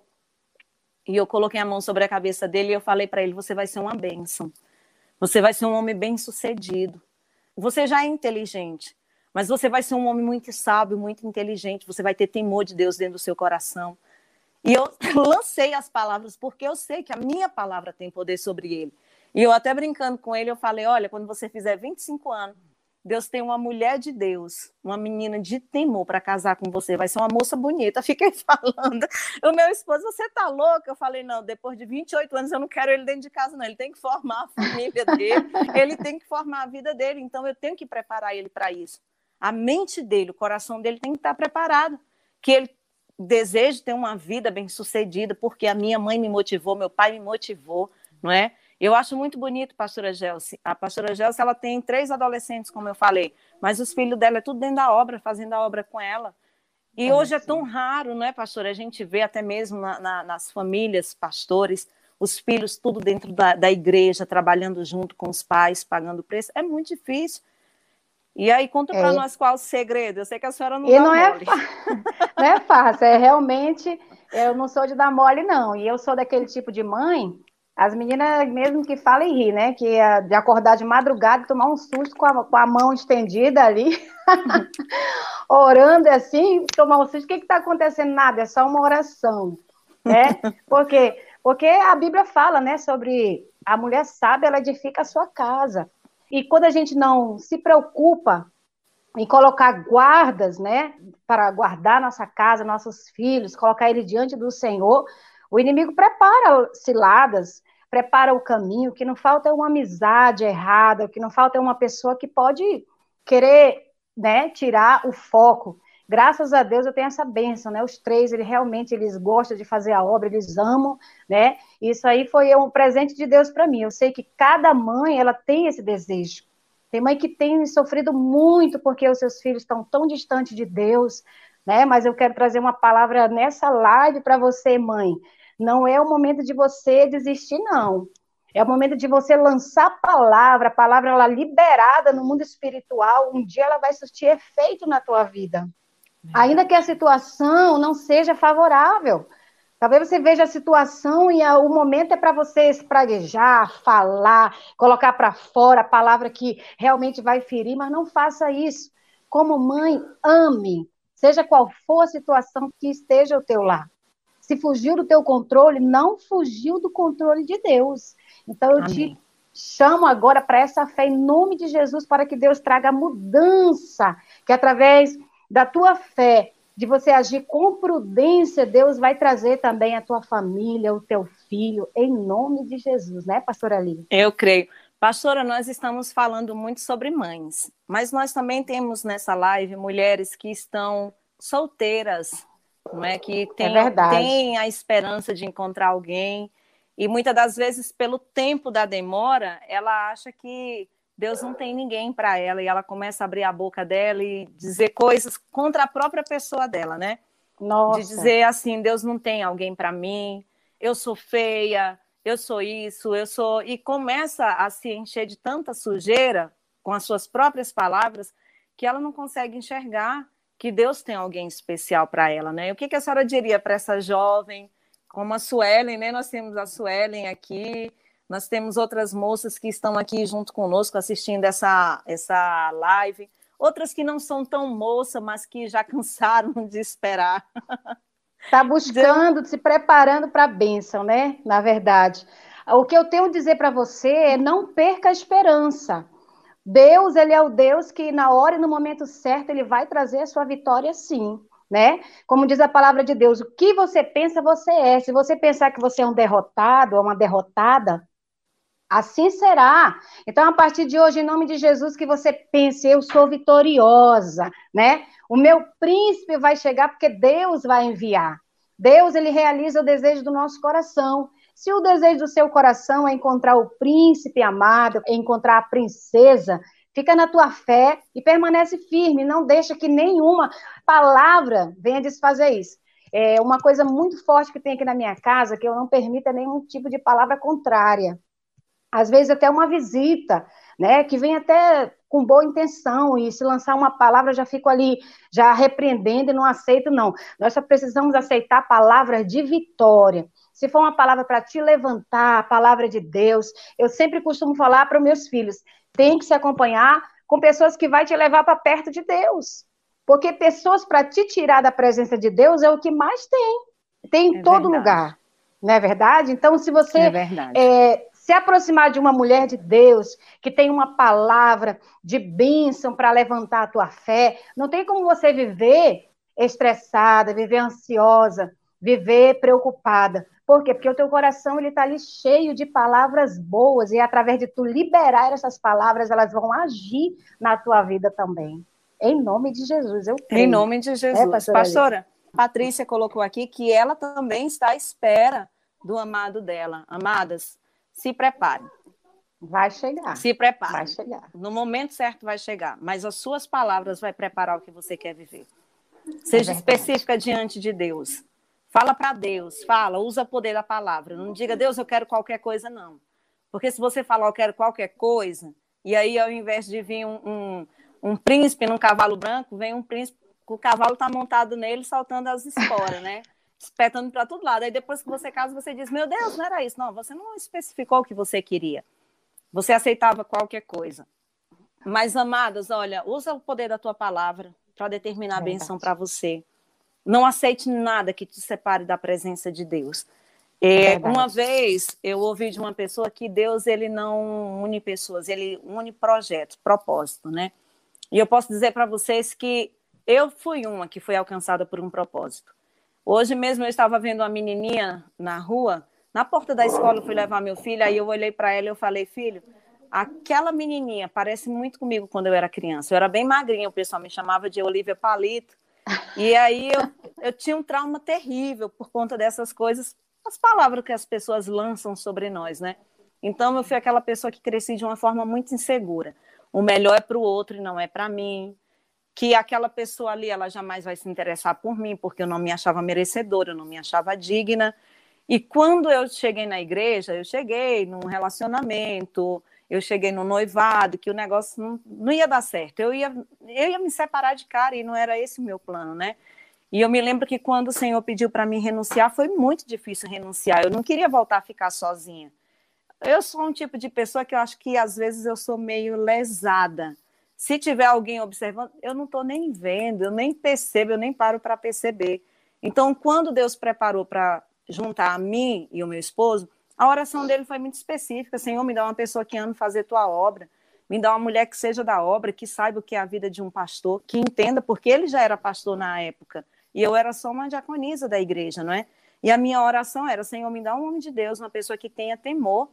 e eu coloquei a mão sobre a cabeça dele e eu falei para ele, você vai ser uma bênção, você vai ser um homem bem-sucedido, você já é inteligente, mas você vai ser um homem muito sábio, muito inteligente, você vai ter temor de Deus dentro do seu coração. E eu lancei as palavras, porque eu sei que a minha palavra tem poder sobre ele. E eu até brincando com ele, eu falei, olha, quando você fizer 25 anos, Deus tem uma mulher de Deus, uma menina de temor para casar com você, vai ser uma moça bonita. Fiquei falando. O meu esposo, você tá louca? Eu falei, não, depois de 28 anos eu não quero ele dentro de casa, não. Ele tem que formar a família dele, ele tem que formar a vida dele, então eu tenho que preparar ele para isso. A mente dele, o coração dele tem que estar preparado, que ele deseje ter uma vida bem-sucedida, porque a minha mãe me motivou, meu pai me motivou, não é? Eu acho muito bonito, pastora Gelsi. A pastora Gelsi, ela tem 3 adolescentes, como eu falei, mas os filhos dela é tudo dentro da obra, fazendo a obra com ela. E hoje é tão raro, não é, pastora? A gente vê até mesmo nas famílias, pastores, os filhos tudo dentro da igreja, trabalhando junto com os pais, pagando preço. É muito difícil. E aí, conta para nós qual o segredo. Eu sei que a senhora não dá mole. Não é fácil, realmente, eu não sou de dar mole, não. E eu sou daquele tipo de mãe, as meninas mesmo que falam e ri, né? Que é de acordar de madrugada e tomar um susto com a mão estendida ali, orando assim, tomar um susto. O que está acontecendo? Nada, é só uma oração, né? Porque a Bíblia fala, né, sobre a mulher sábia, ela edifica a sua casa. E quando a gente não se preocupa em colocar guardas, né, para guardar nossa casa, nossos filhos, colocar eles diante do Senhor, o inimigo prepara ciladas, prepara o caminho, o que não falta é uma amizade errada, o que não falta é uma pessoa que pode querer, né, tirar o foco. Graças a Deus eu tenho essa bênção, né? Os 3, eles gostam de fazer a obra, eles amam, né? Isso aí foi um presente de Deus para mim. Eu sei que cada mãe, ela tem esse desejo. Tem mãe que tem sofrido muito porque os seus filhos estão tão distantes de Deus, né? Mas eu quero trazer uma palavra nessa live para você, mãe. Não é o momento de você desistir, não. É o momento de você lançar a palavra ela liberada no mundo espiritual, um dia ela vai surtir efeito na tua vida. Ainda que a situação não seja favorável. Talvez você veja a situação e o momento é para você espraguejar, falar, colocar para fora a palavra que realmente vai ferir, mas não faça isso. Como mãe, ame. seja qual for a situação que esteja ao teu lado. Se fugiu do teu controle, não fugiu do controle de Deus. Então, eu te chamo agora para essa fé em nome de Jesus, para que Deus traga mudança, que através da tua fé, de você agir com prudência, Deus vai trazer também a tua família, o teu filho, em nome de Jesus, né, pastora Lia? Eu creio. Pastora, nós estamos falando muito sobre mães, mas nós também temos nessa live mulheres que estão solteiras, não é? Que tem a esperança de encontrar alguém, e muitas das vezes, pelo tempo da demora, ela acha que Deus não tem ninguém para ela, e ela começa a abrir a boca dela e dizer coisas contra a própria pessoa dela, né? Nossa. De dizer assim, Deus não tem alguém para mim, eu sou feia, eu sou isso, eu sou... E começa a se encher de tanta sujeira com as suas próprias palavras que ela não consegue enxergar que Deus tem alguém especial para ela, né? O que a senhora diria para essa jovem, como a Suelen, né? Nós temos a Suelen aqui, nós temos outras moças que estão aqui junto conosco assistindo essa live, outras que não são tão moças, mas que já cansaram de esperar. Está buscando, se preparando para a bênção, né? Na verdade. O que eu tenho a dizer para você é não perca a esperança. Deus, ele é o Deus que na hora e no momento certo, ele vai trazer a sua vitória sim, né? Como diz a palavra de Deus, o que você pensa, você é. Se você pensar que você é um derrotado ou uma derrotada, assim será. Então, a partir de hoje, em nome de Jesus, que você pense, eu sou vitoriosa, né? O meu príncipe vai chegar porque Deus vai enviar. Deus, ele realiza o desejo do nosso coração. Se o desejo do seu coração é encontrar o príncipe amado, é encontrar a princesa, fica na tua fé e permanece firme. Não deixa que nenhuma palavra venha desfazer isso. É uma coisa muito forte que tem aqui na minha casa, que eu não permito nenhum tipo de palavra contrária. Às vezes até uma visita, né, que vem até com boa intenção, e se lançar uma palavra, já fico ali, já repreendendo e não aceito, não. Nós só precisamos aceitar palavras de vitória. Se for uma palavra para te levantar, a palavra de Deus, eu sempre costumo falar para os meus filhos, tem que se acompanhar com pessoas que vai te levar para perto de Deus. Porque pessoas para te tirar da presença de Deus é o que mais tem. Tem em todo lugar. Não é verdade? Então, se você se aproximar de uma mulher de Deus, que tem uma palavra de bênção para levantar a tua fé, não tem como você viver estressada, viver ansiosa, viver preocupada. Por quê? Porque o teu coração está ali cheio de palavras boas, e através de tu liberar essas palavras, elas vão agir na tua vida também. Em nome de Jesus, eu creio. Em nome de Jesus. Pastora, Patrícia colocou aqui que ela também está à espera do amado dela. Amadas, se preparem. Vai chegar. Se preparem. Vai chegar. No momento certo vai chegar, mas as suas palavras vai preparar o que você quer viver. Seja específica diante de Deus. Fala para Deus, usa o poder da palavra. Não diga, Deus, eu quero qualquer coisa, não. Porque se você falar, eu quero qualquer coisa, e aí ao invés de vir um príncipe num cavalo branco, vem um príncipe, o cavalo está montado nele, saltando as esporas, né? Espetando para todo lado. Aí depois que você casa, você diz, meu Deus, não era isso. Não, você não especificou o que você queria. Você aceitava qualquer coisa. Mas, amadas, olha, usa o poder da tua palavra para determinar a bênção para você. Não aceite nada que te separe da presença de Deus. Uma vez eu ouvi de uma pessoa que Deus, ele não une pessoas, ele une projetos, propósito, né? E eu posso dizer para vocês que eu fui uma que foi alcançada por um propósito. Hoje mesmo eu estava vendo uma menininha na rua, na porta da escola, eu fui levar meu filho, aí eu olhei para ela e eu falei, filho, aquela menininha parece muito comigo quando eu era criança. Eu era bem magrinha, o pessoal me chamava de Olivia Palito. E aí eu tinha um trauma terrível por conta dessas coisas, as palavras que as pessoas lançam sobre nós, né? Então eu fui aquela pessoa que cresci de uma forma muito insegura. O melhor é para o outro e não é para mim. Que aquela pessoa ali, ela jamais vai se interessar por mim, porque eu não me achava merecedora, eu não me achava digna. E quando eu cheguei na igreja, eu cheguei num relacionamento, eu cheguei no noivado, que o negócio não ia dar certo. Eu ia me separar de cara e não era esse o meu plano, né? E eu me lembro que quando o Senhor pediu para mim renunciar, foi muito difícil renunciar. Eu não queria voltar a ficar sozinha. Eu sou um tipo de pessoa que eu acho que às vezes eu sou meio lesada, Se tiver alguém observando, eu não estou nem vendo, eu nem percebo, eu nem paro para perceber. Então, quando Deus preparou para juntar a mim e o meu esposo, a oração dele foi muito específica. Senhor, me dá uma pessoa que ame fazer tua obra, me dá uma mulher que seja da obra, que saiba o que é a vida de um pastor, que entenda, porque ele já era pastor na época, e eu era só uma diaconisa da igreja, não é? E a minha oração era, Senhor, me dá um homem de Deus, uma pessoa que tenha temor,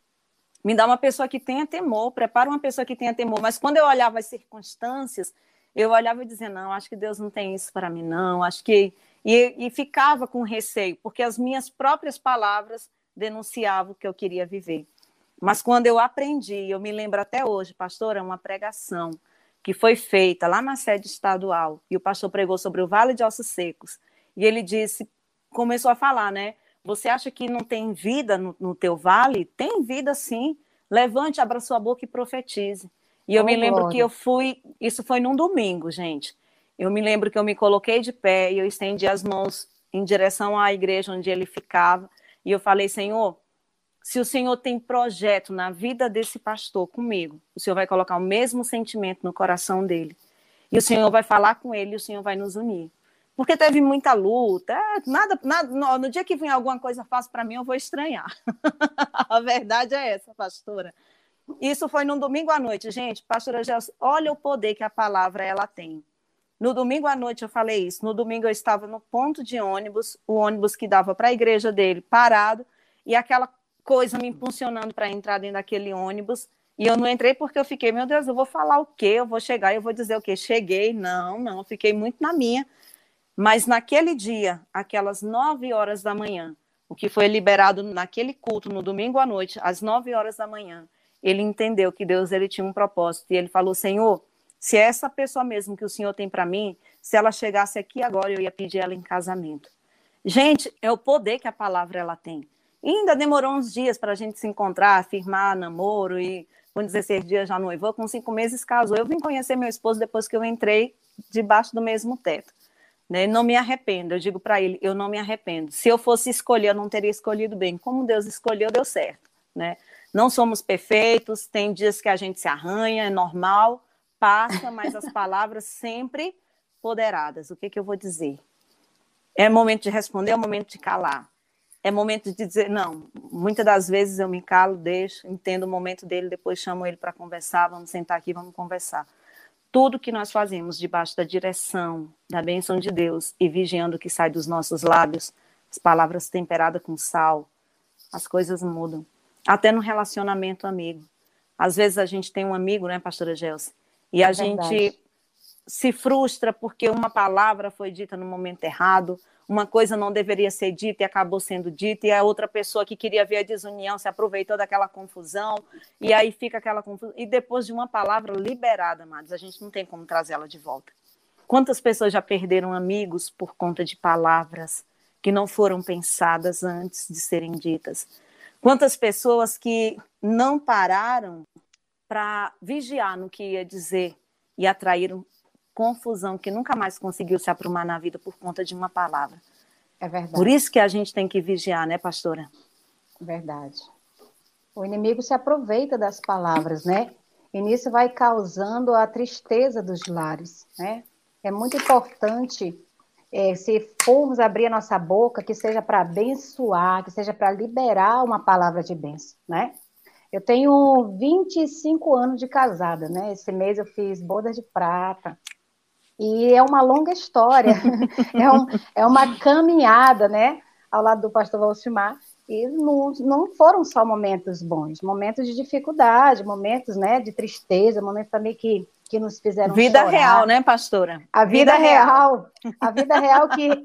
me dá uma pessoa que tenha temor, prepara uma pessoa que tenha temor. Mas quando eu olhava as circunstâncias, eu olhava e dizia, não, acho que Deus não tem isso para mim, não, acho que... E ficava com receio, porque as minhas próprias palavras denunciavam o que eu queria viver. Mas quando eu aprendi, eu me lembro até hoje, pastor, é uma pregação que foi feita lá na sede estadual, e o pastor pregou sobre o Vale de Ossos Secos, e ele disse, começou a falar, né? Você acha que não tem vida no teu vale? Tem vida sim. Levante, abra sua boca e profetize. E eu me lembro que eu fui, isso foi num domingo, gente. Eu me lembro que eu me coloquei de pé e eu estendi as mãos em direção à igreja onde ele ficava, e eu falei, Senhor, se o Senhor tem projeto na vida desse pastor comigo, o Senhor vai colocar o mesmo sentimento no coração dele. E o Senhor vai falar com ele e o Senhor vai nos unir. Porque teve muita luta, nada, no dia que vem alguma coisa fácil para mim, eu vou estranhar. A verdade é essa, pastora. Isso foi num domingo à noite, gente. Pastora Gelson, olha o poder que a palavra ela tem. No domingo à noite eu falei isso. No domingo eu estava no ponto de ônibus, o ônibus que dava para a igreja dele parado, e aquela coisa me impulsionando para entrar dentro daquele ônibus. E eu não entrei porque eu fiquei, meu Deus, eu vou falar o quê? Eu vou chegar e eu vou dizer o quê? Cheguei? Não, eu fiquei muito na minha. Mas naquele dia, aquelas 9 horas da manhã, o que foi liberado naquele culto, no domingo à noite, às 9 horas da manhã, ele entendeu que Deus ele tinha um propósito. E ele falou, Senhor, se é essa pessoa mesmo que o Senhor tem para mim, se ela chegasse aqui agora, eu ia pedir ela em casamento. Gente, é o poder que a palavra ela tem. E ainda demorou uns dias para a gente se encontrar, firmar namoro, e com 16 dias já noivou, com 5 meses casou. Eu vim conhecer meu esposo depois que eu entrei debaixo do mesmo teto. Né? Não me arrependo, eu digo para ele, eu não me arrependo. Se eu fosse escolher, eu não teria escolhido bem. Como Deus escolheu, deu certo. Né? Não somos perfeitos, tem dias que a gente se arranha, é normal, passa, mas as palavras sempre poderadas. O que eu vou dizer? É momento de responder, é momento de calar. É momento de dizer, não, muitas das vezes eu me calo, deixo, entendo o momento dele, depois chamo ele para conversar, vamos sentar aqui, vamos conversar. Tudo que nós fazemos debaixo da direção, da bênção de Deus e vigiando o que sai dos nossos lábios, as palavras temperadas com sal, as coisas mudam. Até no relacionamento amigo. Às vezes a gente tem um amigo, né, pastora Gelson? E a gente se frustra porque uma palavra foi dita no momento errado, uma coisa não deveria ser dita e acabou sendo dita, e a outra pessoa que queria ver a desunião se aproveitou daquela confusão, e aí fica aquela confusão. E depois de uma palavra liberada, amados, a gente não tem como trazê-la de volta. Quantas pessoas já perderam amigos por conta de palavras que não foram pensadas antes de serem ditas? Quantas pessoas que não pararam para vigiar no que ia dizer e atraíram confusão que nunca mais conseguiu se aprumar na vida por conta de uma palavra. É verdade. Por isso que a gente tem que vigiar, né, pastora? Verdade. O inimigo se aproveita das palavras, né? E nisso vai causando a tristeza dos lares, né? É muito importante, se formos abrir a nossa boca, que seja para abençoar, que seja para liberar uma palavra de bênção, né? Eu tenho 25 anos de casada, né? Esse mês eu fiz boda de prata. E é uma longa história, é uma caminhada, né? Ao lado do pastor Valcimar. E não foram só momentos bons, momentos de dificuldade, momentos, né, de tristeza, momentos também que nos fizeram vida chorar. Real, né, pastora? A vida real. A vida real que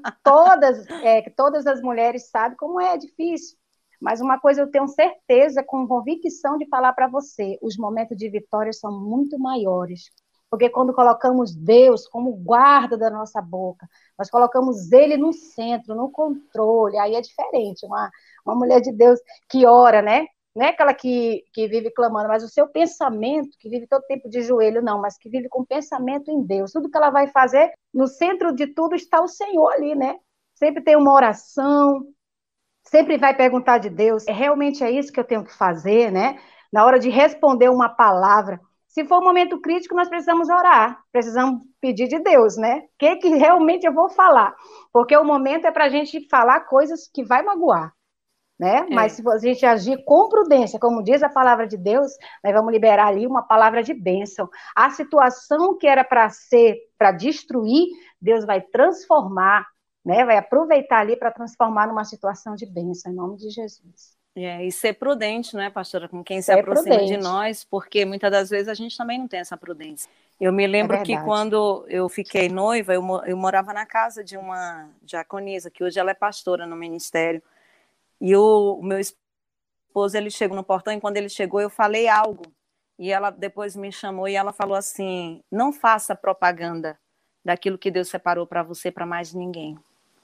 todas as mulheres sabem como é difícil. Mas uma coisa eu tenho certeza, com convicção de falar para você, os momentos de vitória são muito maiores. Porque quando colocamos Deus como guarda da nossa boca, nós colocamos Ele no centro, no controle, aí é diferente. Uma mulher de Deus que ora, né? Não é aquela que vive clamando, mas o seu pensamento, que vive todo tempo de joelho, não, mas que vive com pensamento em Deus. Tudo que ela vai fazer, no centro de tudo está o Senhor ali, né? Sempre tem uma oração, sempre vai perguntar de Deus, realmente é isso que eu tenho que fazer, né? Na hora de responder uma palavra, Se for um momento crítico, nós precisamos orar, precisamos pedir de Deus, né? O que realmente eu vou falar? Porque o momento é para a gente falar coisas que vai magoar, né? Mas se a gente agir com prudência, como diz a palavra de Deus, nós vamos liberar ali uma palavra de bênção. A situação que era para ser, para destruir, Deus vai transformar, né? Vai aproveitar ali para transformar numa situação de bênção, em nome de Jesus. E ser prudente, não é, pastora, com quem se aproxima de nós, porque muitas das vezes a gente também não tem essa prudência. Eu me lembro que quando eu fiquei noiva, eu morava na casa de uma diaconisa, que hoje ela é pastora no ministério, e o meu esposo, ele chegou no portão, e quando ele chegou, eu falei algo, e ela depois me chamou, e ela falou assim, não faça propaganda daquilo que Deus separou para você, para mais ninguém.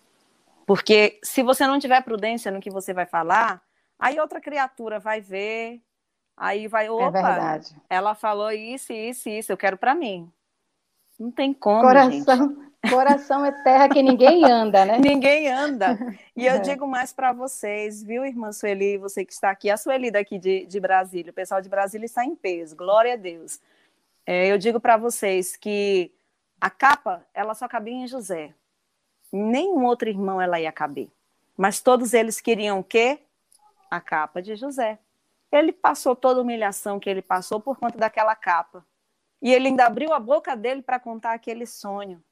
Porque se você não tiver prudência no que você vai falar, aí outra criatura vai ver, aí vai, opa, ela falou isso, eu quero para mim. Não tem como, gente. Coração é terra que ninguém anda, né? Ninguém anda. E eu digo mais para vocês, viu, irmã Sueli, você que está aqui, a Sueli daqui de Brasília, o pessoal de Brasília está em peso, glória a Deus. Eu digo para vocês que a capa, ela só cabia em José. Nenhum outro irmão ela ia caber. Mas todos eles queriam o quê? A capa de José. Ele passou toda a humilhação que ele passou por conta daquela capa. E ele ainda abriu a boca dele para contar aquele sonho.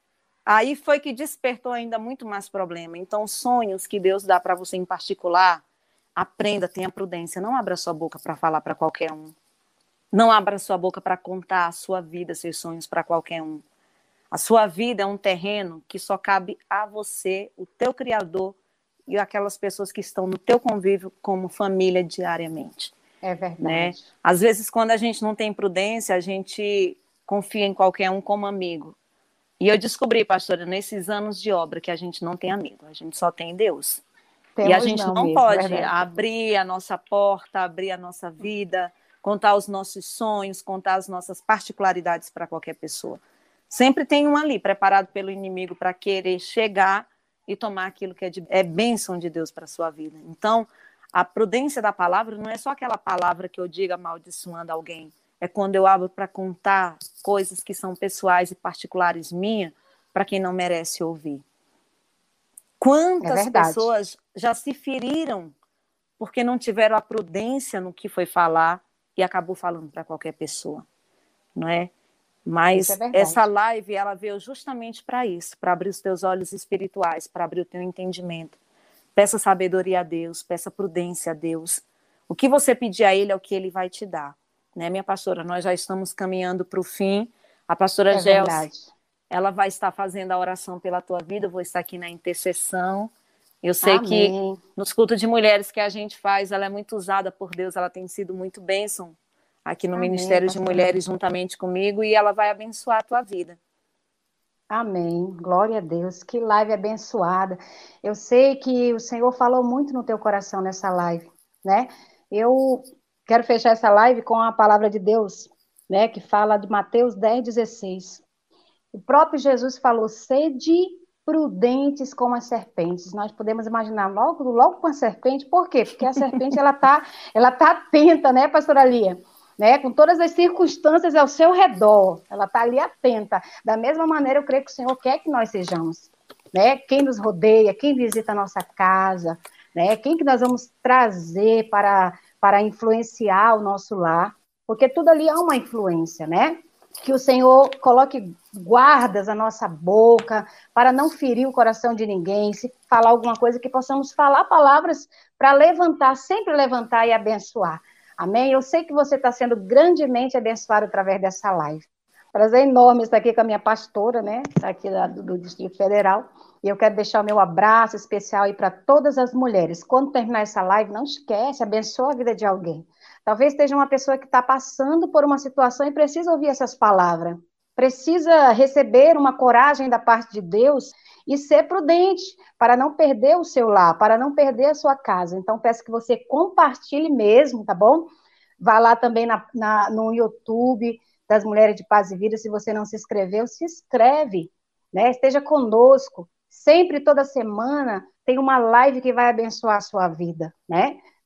Aí foi que despertou ainda muito mais problema. Então, sonhos que Deus dá para você em particular, aprenda, tenha prudência. Não abra sua boca para falar para qualquer um. Não abra sua boca para contar a sua vida, seus sonhos para qualquer um. A sua vida é um terreno que só cabe a você, o teu Criador, e aquelas pessoas que estão no teu convívio como família diariamente. É verdade. Né? Às vezes, quando a gente não tem prudência, a gente confia em qualquer um como amigo. E eu descobri, pastora, nesses anos de obra, que a gente não tem amigo, a gente só tem Deus. E a gente não pode abrir a nossa porta, abrir a nossa vida, contar os nossos sonhos, contar as nossas particularidades para qualquer pessoa. Sempre tem um ali, preparado pelo inimigo para querer chegar e tomar aquilo que é bênção de Deus para a sua vida. Então, a prudência da palavra não é só aquela palavra que eu digo amaldiçoando alguém, é quando eu abro para contar coisas que são pessoais e particulares minhas para quem não merece ouvir. Quantas pessoas já se feriram porque não tiveram a prudência no que foi falar e acabou falando para qualquer pessoa, não é? Mas essa live, ela veio justamente para isso, para abrir os teus olhos espirituais, para abrir o teu entendimento. Peça sabedoria a Deus, peça prudência a Deus. O que você pedir a Ele é o que Ele vai te dar. Né, minha pastora? Nós já estamos caminhando para o fim. A pastora Gelsi, ela vai estar fazendo a oração pela tua vida, eu vou estar aqui na intercessão. Eu sei que nos cultos de mulheres que a gente faz, ela é muito usada por Deus, ela tem sido muito bênção aqui no Ministério de Mulheres, juntamente comigo, e ela vai abençoar a tua vida. Amém. Glória a Deus. Que live abençoada. Eu sei que o Senhor falou muito no teu coração nessa live, né? Eu quero fechar essa live com a palavra de Deus, né? Que fala de Mateus 10:16. O próprio Jesus falou, sede prudentes como as serpentes. Nós podemos imaginar logo com a serpente. Por quê? Porque a serpente, ela tá atenta, né, pastora Lia? Né, com todas as circunstâncias ao seu redor, ela está ali atenta. Da mesma maneira, eu creio que o Senhor quer que nós sejamos, né? Quem nos rodeia, quem visita a nossa casa, né? Quem que nós vamos trazer para influenciar o nosso lar, porque tudo ali é uma influência, né? Que o Senhor coloque guardas à nossa boca, para não ferir o coração de ninguém, se falar alguma coisa, que possamos falar palavras para levantar, sempre levantar e abençoar. Amém? Eu sei que você está sendo grandemente abençoado através dessa live. Prazer enorme estar aqui com a minha pastora, né? Aqui do Distrito Federal. E eu quero deixar o meu abraço especial aí para todas as mulheres. Quando terminar essa live, não esquece, abençoa a vida de alguém. Talvez esteja uma pessoa que está passando por uma situação e precisa ouvir essas palavras. Precisa receber uma coragem da parte de Deus e ser prudente para não perder o seu lar, para não perder a sua casa. Então, peço que você compartilhe mesmo, tá bom? Vá lá também no YouTube das Mulheres de Paz e Vida. Se você não se inscreveu, se inscreve, né? Esteja conosco. Sempre, toda semana, tem uma live que vai abençoar a sua vida, né?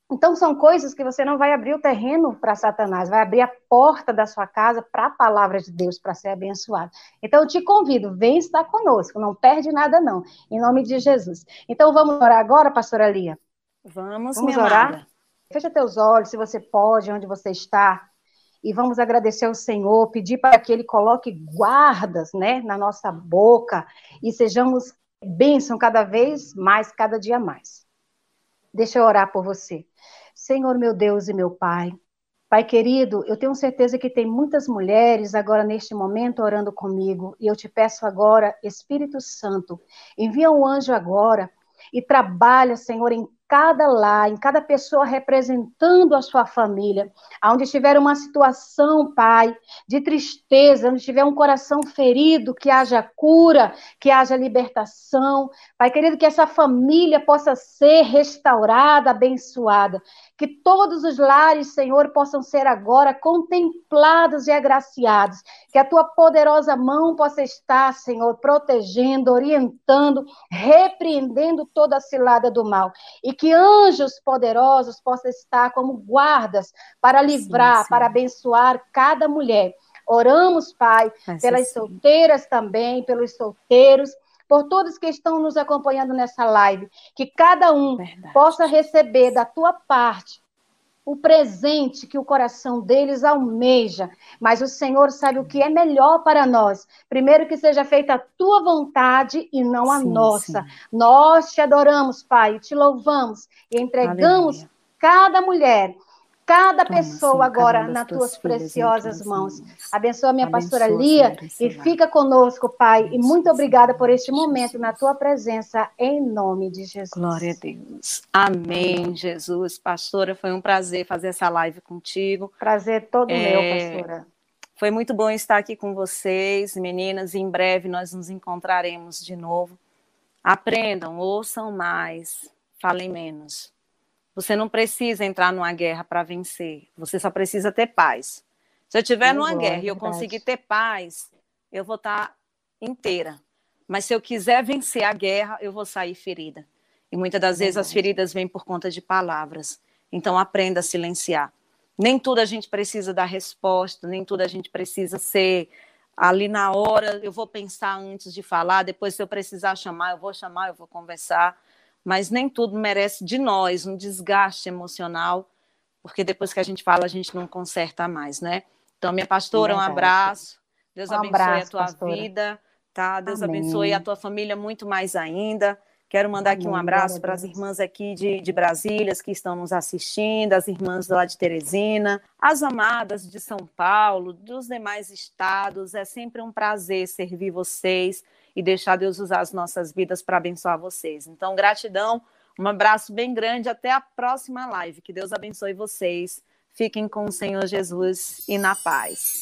Então, são coisas que você não vai abrir o terreno para Satanás, vai abrir a porta da sua casa para a palavra de Deus, para ser abençoado. Então, eu te convido, vem estar conosco, não perde nada não, em nome de Jesus. Então, vamos orar agora, pastora Lia? Vamos orar? Amada. Fecha teus olhos, se você pode, onde você está, e vamos agradecer ao Senhor, pedir para que Ele coloque guardas, né, na nossa boca, e sejamos bênção cada vez mais, cada dia mais. Deixa eu orar por você. Senhor, meu Deus e meu Pai, Pai querido, eu tenho certeza que tem muitas mulheres agora neste momento orando comigo, e eu te peço agora, Espírito Santo, envia um anjo agora e trabalha, Senhor, em cada lar, em cada pessoa representando a sua família, onde estiver uma situação, Pai, de tristeza, onde tiver um coração ferido, que haja cura, que haja libertação. Pai querido, que essa família possa ser restaurada, abençoada, que todos os lares, Senhor, possam ser agora contemplados e agraciados, que a tua poderosa mão possa estar, Senhor, protegendo, orientando, repreendendo toda a cilada do mal, e que anjos poderosos possam estar como guardas para livrar, para abençoar cada mulher. Oramos, Pai, pelas solteiras também, pelos solteiros, por todos que estão nos acompanhando nessa live, que cada um possa receber da tua parte o presente que o coração deles almeja, mas o Senhor sabe o que é melhor para nós. Primeiro, que seja feita a tua vontade e não a nossa. Nós te adoramos, Pai, te louvamos e entregamos cada mulher, cada pessoa agora nas tuas preciosas mãos. Abençoa a minha pastora Lia e fica conosco, Pai. E muito obrigada por este momento na tua presença, em nome de Jesus. Glória a Deus. Amém, Jesus. Pastora, foi um prazer fazer essa live contigo. Prazer todo meu, pastora. Foi muito bom estar aqui com vocês, meninas. Em breve nós nos encontraremos de novo. Aprendam, ouçam mais, falem menos. Você não precisa entrar numa guerra para vencer. Você só precisa ter paz. Se eu estiver numa guerra e eu conseguir ter paz, eu vou estar inteira. Mas se eu quiser vencer a guerra, eu vou sair ferida. E muitas das vezes as feridas vêm por conta de palavras. Então aprenda a silenciar. Nem tudo a gente precisa dar resposta, nem tudo a gente precisa ser ali na hora. Eu vou pensar antes de falar, depois se eu precisar chamar, eu vou conversar. Mas nem tudo merece de nós um desgaste emocional, porque depois que a gente fala, a gente não conserta mais, né? Então, minha pastora, um abraço. Deus abençoe a tua vida, tá? Deus abençoe a tua família muito mais ainda. Quero mandar aqui um abraço para as irmãs aqui de Brasília, que estão nos assistindo, as irmãs lá de Teresina, as amadas de São Paulo, dos demais estados. É sempre um prazer servir vocês e deixar Deus usar as nossas vidas para abençoar vocês. Então, gratidão, um abraço bem grande, até a próxima live. Que Deus abençoe vocês. Fiquem com o Senhor Jesus e na paz.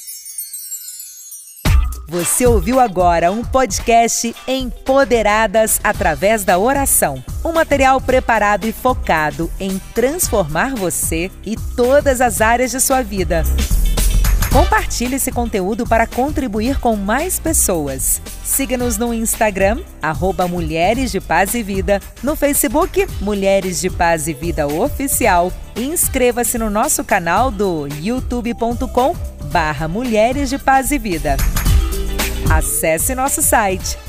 Você ouviu agora um podcast Empoderadas através da oração. Um material preparado e focado em transformar você e todas as áreas de sua vida. Compartilhe esse conteúdo para contribuir com mais pessoas. Siga-nos no Instagram, @Mulheres de Paz e Vida, no Facebook, Mulheres de Paz e Vida Oficial, e inscreva-se no nosso canal do youtube.com/Mulheres de Paz e Vida. Acesse nosso site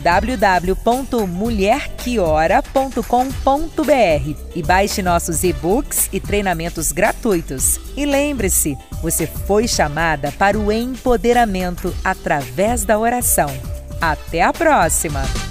www.mulherquiora.com.br e baixe nossos e-books e treinamentos gratuitos. E lembre-se, você foi chamada para o empoderamento através da oração. Até a próxima!